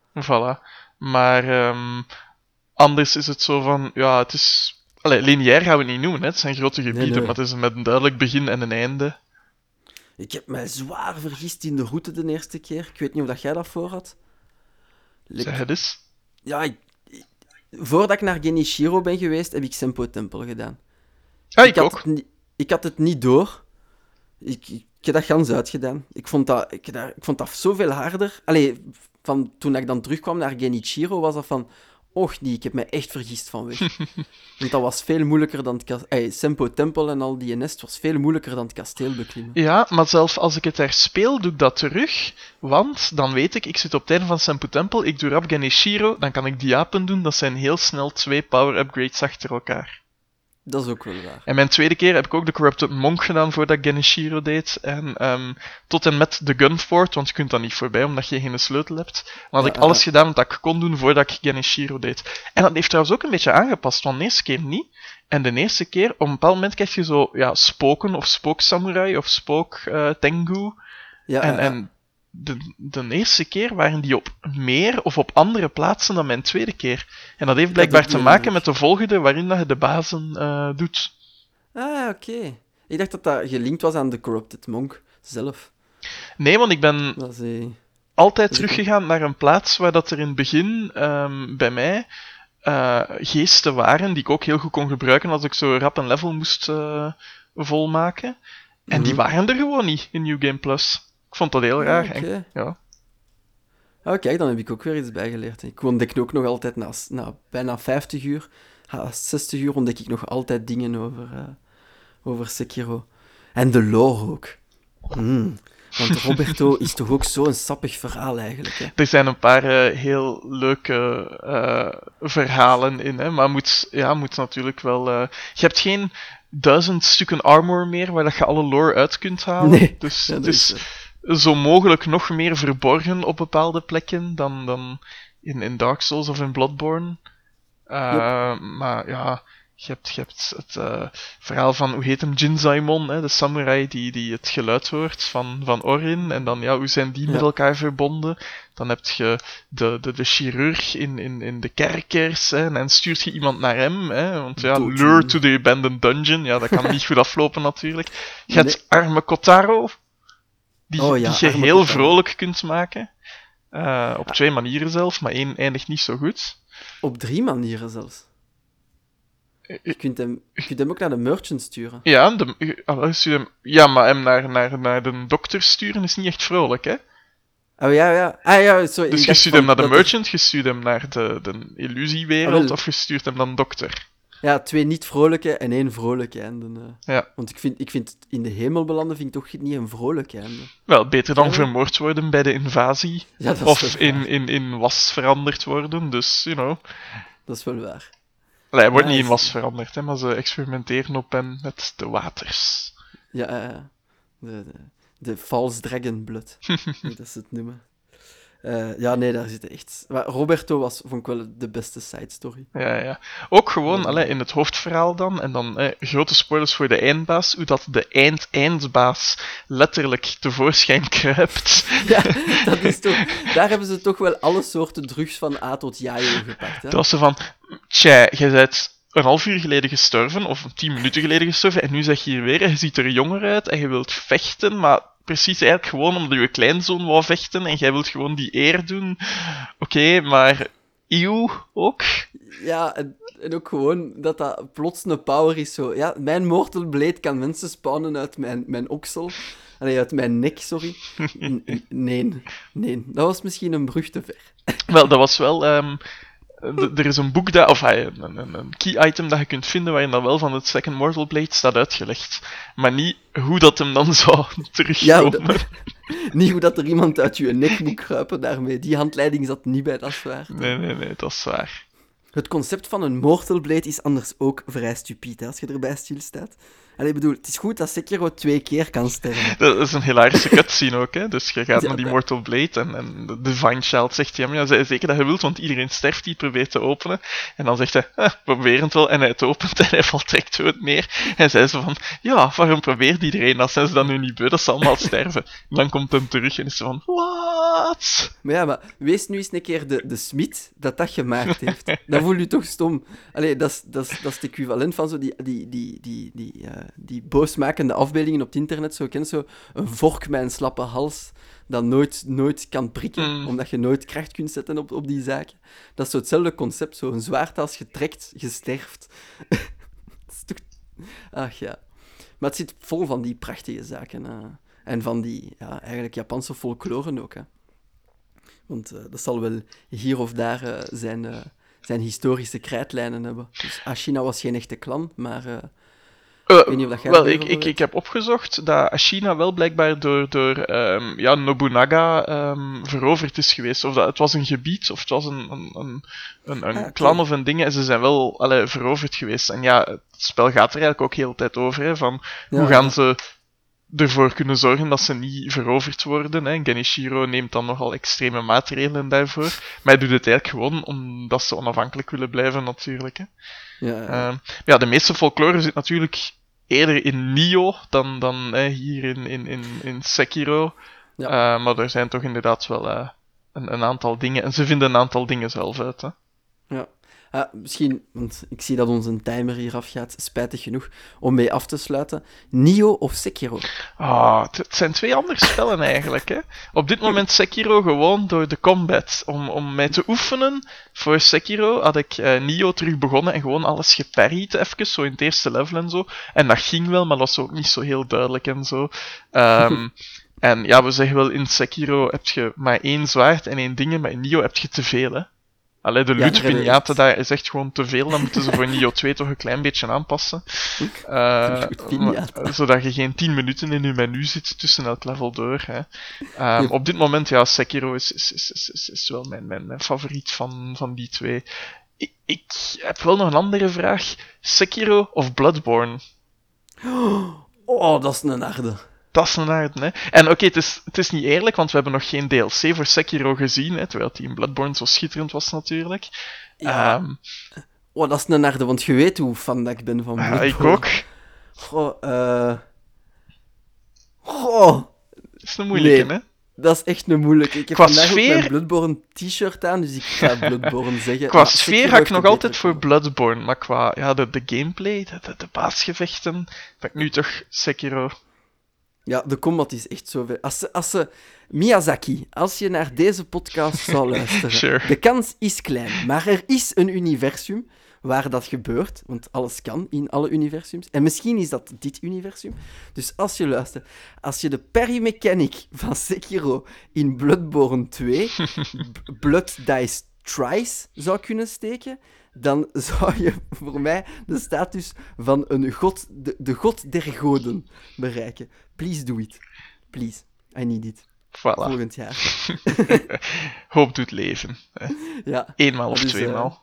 Speaker 2: Voilà. Maar anders is het zo van, ja, het is... Allee, lineair gaan we het niet noemen, hè. Het zijn grote gebieden,
Speaker 1: nee.
Speaker 2: maar het is met een duidelijk begin en een einde.
Speaker 1: Ik heb mij zwaar vergist in de route de eerste keer. Ik weet niet of dat jij dat voor had.
Speaker 2: Zeg het eens.
Speaker 1: Ja, voordat ik naar Genichiro ben geweest, heb ik Senpo Tempel gedaan.
Speaker 2: Ja, ik ook.
Speaker 1: Ik had het niet door. Ik heb dat gans uitgedaan. Ik vond dat zoveel harder. Allee, van toen ik dan terugkwam naar Genichiro, was dat van... Och nee, ik heb me echt vergist van weg. Want dat was veel moeilijker dan het Senpo Tempel en al die nest was veel moeilijker dan het kasteel beklimmen.
Speaker 2: Ja, maar zelfs als ik het daar speel, doe ik dat terug. Want dan weet ik zit op het einde van Senpu Tempel, ik doe rap Geneshiro, dan kan ik Diapen doen. Dat zijn heel snel 2 power upgrades achter elkaar.
Speaker 1: Dat is ook wel waar.
Speaker 2: En mijn tweede keer heb ik ook de Corrupted Monk gedaan voordat ik Geneshiro deed. En tot en met de Gunfort, want je kunt daar niet voorbij omdat je geen sleutel hebt. Dan had ik alles gedaan wat ik kon doen voordat ik Geneshiro deed. En dat heeft trouwens ook een beetje aangepast, want de eerste keer niet. En de eerste keer, op een bepaald moment krijg je zo spoken of spooksamurai of spook tengu. En de eerste keer waren die op meer of op andere plaatsen dan mijn tweede keer. En dat heeft blijkbaar te maken met de volgende waarin dat je de bazen doet.
Speaker 1: Ah, oké. Ik dacht dat dat gelinkt was aan de Corrupted Monk zelf.
Speaker 2: Nee, want ik ben altijd teruggegaan naar een plaats waar dat er in het begin bij mij geesten waren, die ik ook heel goed kon gebruiken als ik zo rap een level moest volmaken. En die waren er gewoon niet in New Game Plus. Ik vond dat heel raar.
Speaker 1: Okay.
Speaker 2: Ja.
Speaker 1: Oh, kijk, dan heb ik ook weer iets bijgeleerd. Ik ontdek ook nog altijd na bijna 50 uur, 60 uur, ontdek ik nog altijd dingen over Sekiro. En de lore ook. Want Roberto is toch ook zo'n sappig verhaal eigenlijk. Hè?
Speaker 2: Er zijn een paar heel leuke verhalen in, hè? Maar moet natuurlijk wel... Je hebt geen 1000 stukken armor meer waar dat je alle lore uit kunt halen.
Speaker 1: Nee.
Speaker 2: Dus het is zo mogelijk nog meer verborgen op bepaalde plekken dan in Dark Souls of in Bloodborne. Maar ja... Je hebt het verhaal van, hoe heet hem, Jinzaimon, hè, de samurai die het geluid hoort van Orin. En dan, hoe zijn die met elkaar verbonden? Dan heb je de chirurg in de kerkers, hè, en dan stuurt je iemand naar hem. Hè, want lure to the abandoned dungeon, dat kan niet goed aflopen natuurlijk. Je hebt arme Kotaro, die je heel vrolijk kunt maken. Op 2 manieren zelf, maar 1 eindigt niet zo goed.
Speaker 1: Op 3 manieren zelfs. Je kunt hem ook naar de merchant sturen.
Speaker 2: Ja, maar hem naar de dokter sturen is niet echt vrolijk, hè?
Speaker 1: Oh ja. Ah ja, sorry.
Speaker 2: Dus je stuurt hem naar de merchant, je stuurt hem naar de illusiewereld, of je stuurt hem naar de dokter.
Speaker 1: Ja, 2 niet vrolijke en 1 vrolijke einde.
Speaker 2: Ja.
Speaker 1: Want ik vind in de hemel belanden vind ik toch niet een vrolijk einde.
Speaker 2: Wel, beter dan vermoord worden bij de invasie.
Speaker 1: Ja,
Speaker 2: of in was veranderd worden, dus,
Speaker 1: Dat is wel waar.
Speaker 2: Hij wordt niet in was veranderd, hè, maar ze experimenteren op hem met de waters.
Speaker 1: Ja, de false dragon blood, hoe dat ze het noemen. Daar zit echt... Maar Roberto vond ik wel de beste side story.
Speaker 2: Ja. Ook gewoon in het hoofdverhaal dan, en dan grote spoilers voor de eindbaas, hoe dat de eindbaas letterlijk tevoorschijn kruipt.
Speaker 1: Ja, dat is toch... Daar hebben ze toch wel alle soorten drugs van A tot Yayo gepakt, hè?
Speaker 2: Dat was zo van, jij bent een half uur geleden gestorven, of 10 minuten geleden gestorven, en nu zeg je hier weer, en je ziet er jonger uit, en je wilt vechten, maar... Precies, eigenlijk gewoon omdat je kleinzoon wou vechten en jij wilt gewoon die eer doen. Oké, maar... Eeuw ook?
Speaker 1: Ja, en ook gewoon dat plots een power is zo... Ja, mijn Mortal Blade kan mensen spawnen uit mijn oksel. Uit mijn nek, sorry. Nee. Dat was misschien een brug te ver.
Speaker 2: Wel, dat was wel... er is een boek een key item dat je kunt vinden waarin dat wel van het Second Mortal Blade staat uitgelegd. Maar niet hoe dat hem dan zou terugkomen.
Speaker 1: Niet hoe dat er iemand uit je nek moet kruipen daarmee. Die handleiding zat niet bij, dat is waar.
Speaker 2: Nee, dat is waar.
Speaker 1: Het concept van een Mortal Blade is anders ook vrij stupide, als je erbij stilstaat. Ik bedoel, het is goed dat Sekiro 2 keer kan sterven.
Speaker 2: Dat is een hilarische cutscene ook, hè. Dus je gaat naar die Mortal Blade en de Divine Child zegt hem, ja, zeker dat je wilt, want iedereen sterft die probeert te openen. En dan zegt hij, probeer het wel, en hij het opent en hij valt direct dood neer. En zij zo van, ja, waarom probeert iedereen dat? Zijn ze dan nu niet beu, dat ze allemaal sterven? En dan komt hem terug en is ze van, wat? maat.
Speaker 1: Maar ja, maar wees nu eens een keer de smid dat gemaakt heeft. Dan voel je toch stom. Allee, dat is het equivalent van zo die boosmakende afbeeldingen op het internet. Zo ken zo een vork met een slappe hals dat nooit kan prikken, omdat je nooit kracht kunt zetten op die zaken. Dat is zo hetzelfde concept. Zo een zwaard als je trekt, je sterft. Dat is toch... Ach ja. Maar het zit vol van die prachtige zaken. En van die, ja, eigenlijk Japanse folklore ook, hè. Want dat zal wel hier of daar zijn historische krijtlijnen hebben. Dus Ashina was geen echte clan, maar... ik weet niet of dat jij
Speaker 2: wel,
Speaker 1: erover weet.
Speaker 2: ik heb opgezocht dat Ashina wel blijkbaar door Nobunaga veroverd is geweest. Of dat het was een gebied, of het was een clan of een ding. En ze zijn wel veroverd geweest. En ja, het spel gaat er eigenlijk ook heel de tijd over. Hè, van hoe gaan ze ervoor kunnen zorgen dat ze niet veroverd worden. Hè. Genichiro neemt dan nogal extreme maatregelen daarvoor. Maar hij doet het eigenlijk gewoon omdat ze onafhankelijk willen blijven, natuurlijk. Hè. Ja, de meeste folklore zit natuurlijk eerder in Nioh dan hier in Sekiro. Ja. Maar er zijn toch inderdaad wel een aantal dingen. En ze vinden een aantal dingen zelf uit. Hè.
Speaker 1: Ja. Misschien, want ik zie dat onze timer hier afgaat, spijtig genoeg, om mee af te sluiten. Nioh of Sekiro?
Speaker 2: Het zijn twee andere spellen eigenlijk. Hè. Op dit moment Sekiro gewoon door de combat. Om mij te oefenen voor Sekiro had ik Nioh terug begonnen en gewoon alles geparried even, zo in het eerste level en zo. En dat ging wel, maar dat was ook niet zo heel duidelijk en zo. En ja, we zeggen wel, in Sekiro heb je maar 1 zwaard en 1 ding, maar in Nioh heb je te veel, hè. Allee, de lootpinjata daar is echt gewoon te veel. Dan moeten ze voor Nioh 2 toch een klein beetje aanpassen. Zodat je geen 10 minuten in je menu zit tussen elk level door. Hè. Op dit moment, ja, Sekiro is wel mijn favoriet van die twee. Ik heb wel nog een andere vraag. Sekiro of Bloodborne?
Speaker 1: Oh, dat is een harde.
Speaker 2: Dat is een harde, hè. En oké, het is niet eerlijk, want we hebben nog geen DLC voor Sekiro gezien, hè, terwijl die in Bloodborne zo schitterend was, natuurlijk.
Speaker 1: Ja. Dat is een harde, want je weet hoe fan dat ik ben van Bloodborne.
Speaker 2: Ik ook. Dat is een moeilijke, hè.
Speaker 1: Dat is echt een moeilijke. Ik heb vandaag ook mijn Bloodborne t-shirt aan, dus ik ga Bloodborne zeggen.
Speaker 2: Qua sfeer ga ik nog altijd voor Bloodborne, maar qua de gameplay, de baasgevechten, ben ik nu toch Sekiro.
Speaker 1: Ja, de combat is echt zoveel. Miyazaki, als je naar deze podcast zou luisteren,
Speaker 2: sure.
Speaker 1: De kans is klein, maar er is een universum waar dat gebeurt, want alles kan in alle universums. En misschien is dat dit universum. Dus als je luistert, als je de parry mechanic van Sekiro in Bloodborne 2, Blood Dice Tries, zou kunnen steken, dan zou je voor mij de status van een god, de god der goden bereiken. Please do it. Please. I need it.
Speaker 2: Voilà.
Speaker 1: Volgend jaar.
Speaker 2: Hoop doet leven.
Speaker 1: Ja.
Speaker 2: 1 of 2 maal.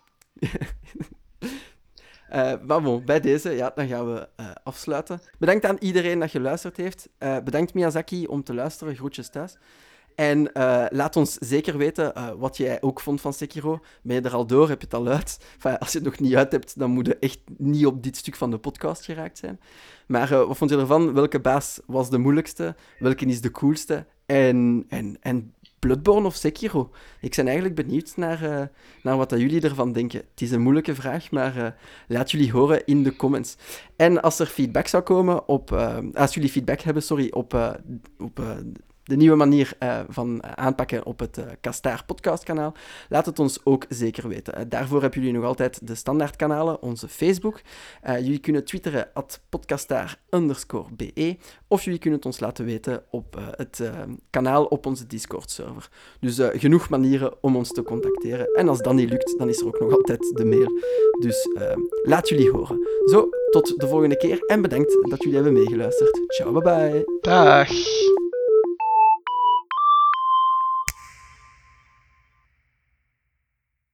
Speaker 1: Maar bon, bij deze, ja, dan gaan we afsluiten. Bedankt aan iedereen dat geluisterd heeft. Bedankt Miyazaki om te luisteren. Groetjes thuis. En laat ons zeker weten wat jij ook vond van Sekiro. Ben je er al door? Heb je het al uit? Enfin, als je het nog niet uit hebt, dan moet je echt niet op dit stuk van de podcast geraakt zijn. Maar wat vond je ervan? Welke baas was de moeilijkste? Welke is de coolste? En Bloodborne of Sekiro? Ik ben eigenlijk benieuwd naar wat dat jullie ervan denken. Het is een moeilijke vraag, maar laat jullie horen in de comments. En als er feedback zou komen als jullie feedback hebben, op de nieuwe manier van aanpakken op het Kastaar podcastkanaal, laat het ons ook zeker weten. Daarvoor hebben jullie nog altijd de standaardkanalen, onze Facebook. Jullie kunnen twitteren @podcastaar_be of jullie kunnen het ons laten weten op het kanaal op onze Discord-server. Dus genoeg manieren om ons te contacteren. En als dat niet lukt, dan is er ook nog altijd de mail. Dus laat jullie horen. Zo, tot de volgende keer en bedankt dat jullie hebben meegeluisterd. Ciao, bye bye.
Speaker 2: Dag.